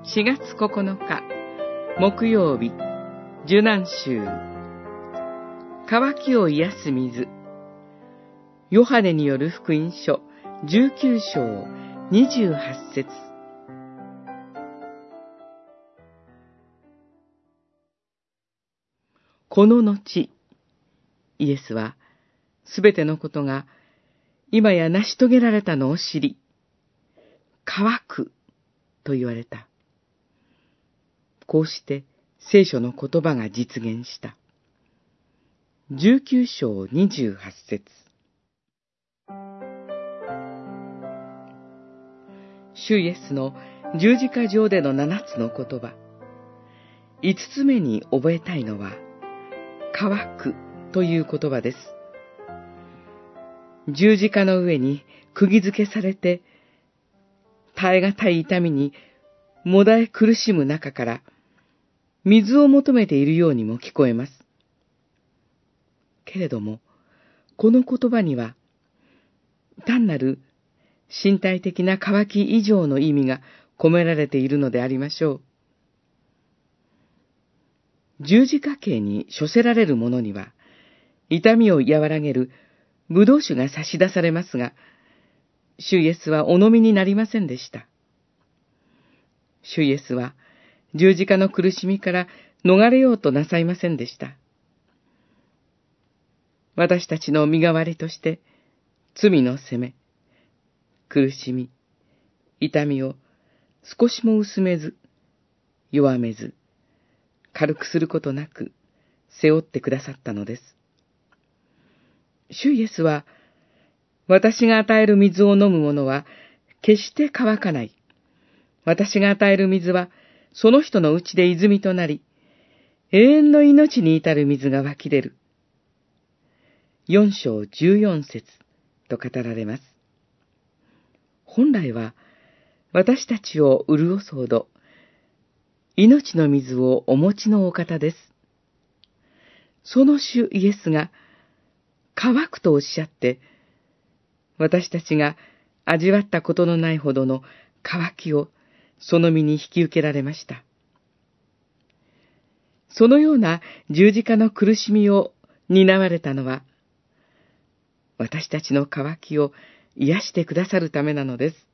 4月9日木曜日、受難週。渇きを癒す水。ヨハネによる福音書19章28節。この後、イエスはすべてのことが今や成し遂げられたのを知り、渇くと言われた。こうして聖書の言葉が実現した。19章28節。主イエスの十字架上での7つの言葉。5つ目に覚えたいのは、渇くという言葉です。十字架の上に釘付けされて、耐え難い痛みにもだえ苦しむ中から、水を求めているようにも聞こえます。けれども、この言葉には、単なる身体的な渇き以上の意味が込められているのでありましょう。十字架刑に処せられる者には、痛みを和らげるブドウ酒が差し出されますが、主イエスはお飲みになりませんでした。主イエスは十字架の苦しみから逃れようとなさいませんでした。私たちの身代わりとして、罪の責め、苦しみ、痛みを少しも薄めず、弱めず、軽くすることなく背負ってくださったのです。主イエスは、私が与える水を飲む者は決して乾かない。私が与える水はその人のうちで泉となり、永遠の命に至る水が湧き出る。4章14節と語られます。本来は私たちを潤すほど、命の水をお持ちのお方です。その主イエスが乾くとおっしゃって、私たちが味わったことのないほどの渇きをその身に引き受けられました。そのような十字架の苦しみを担われたのは、私たちの渇きを癒してくださるためなのです。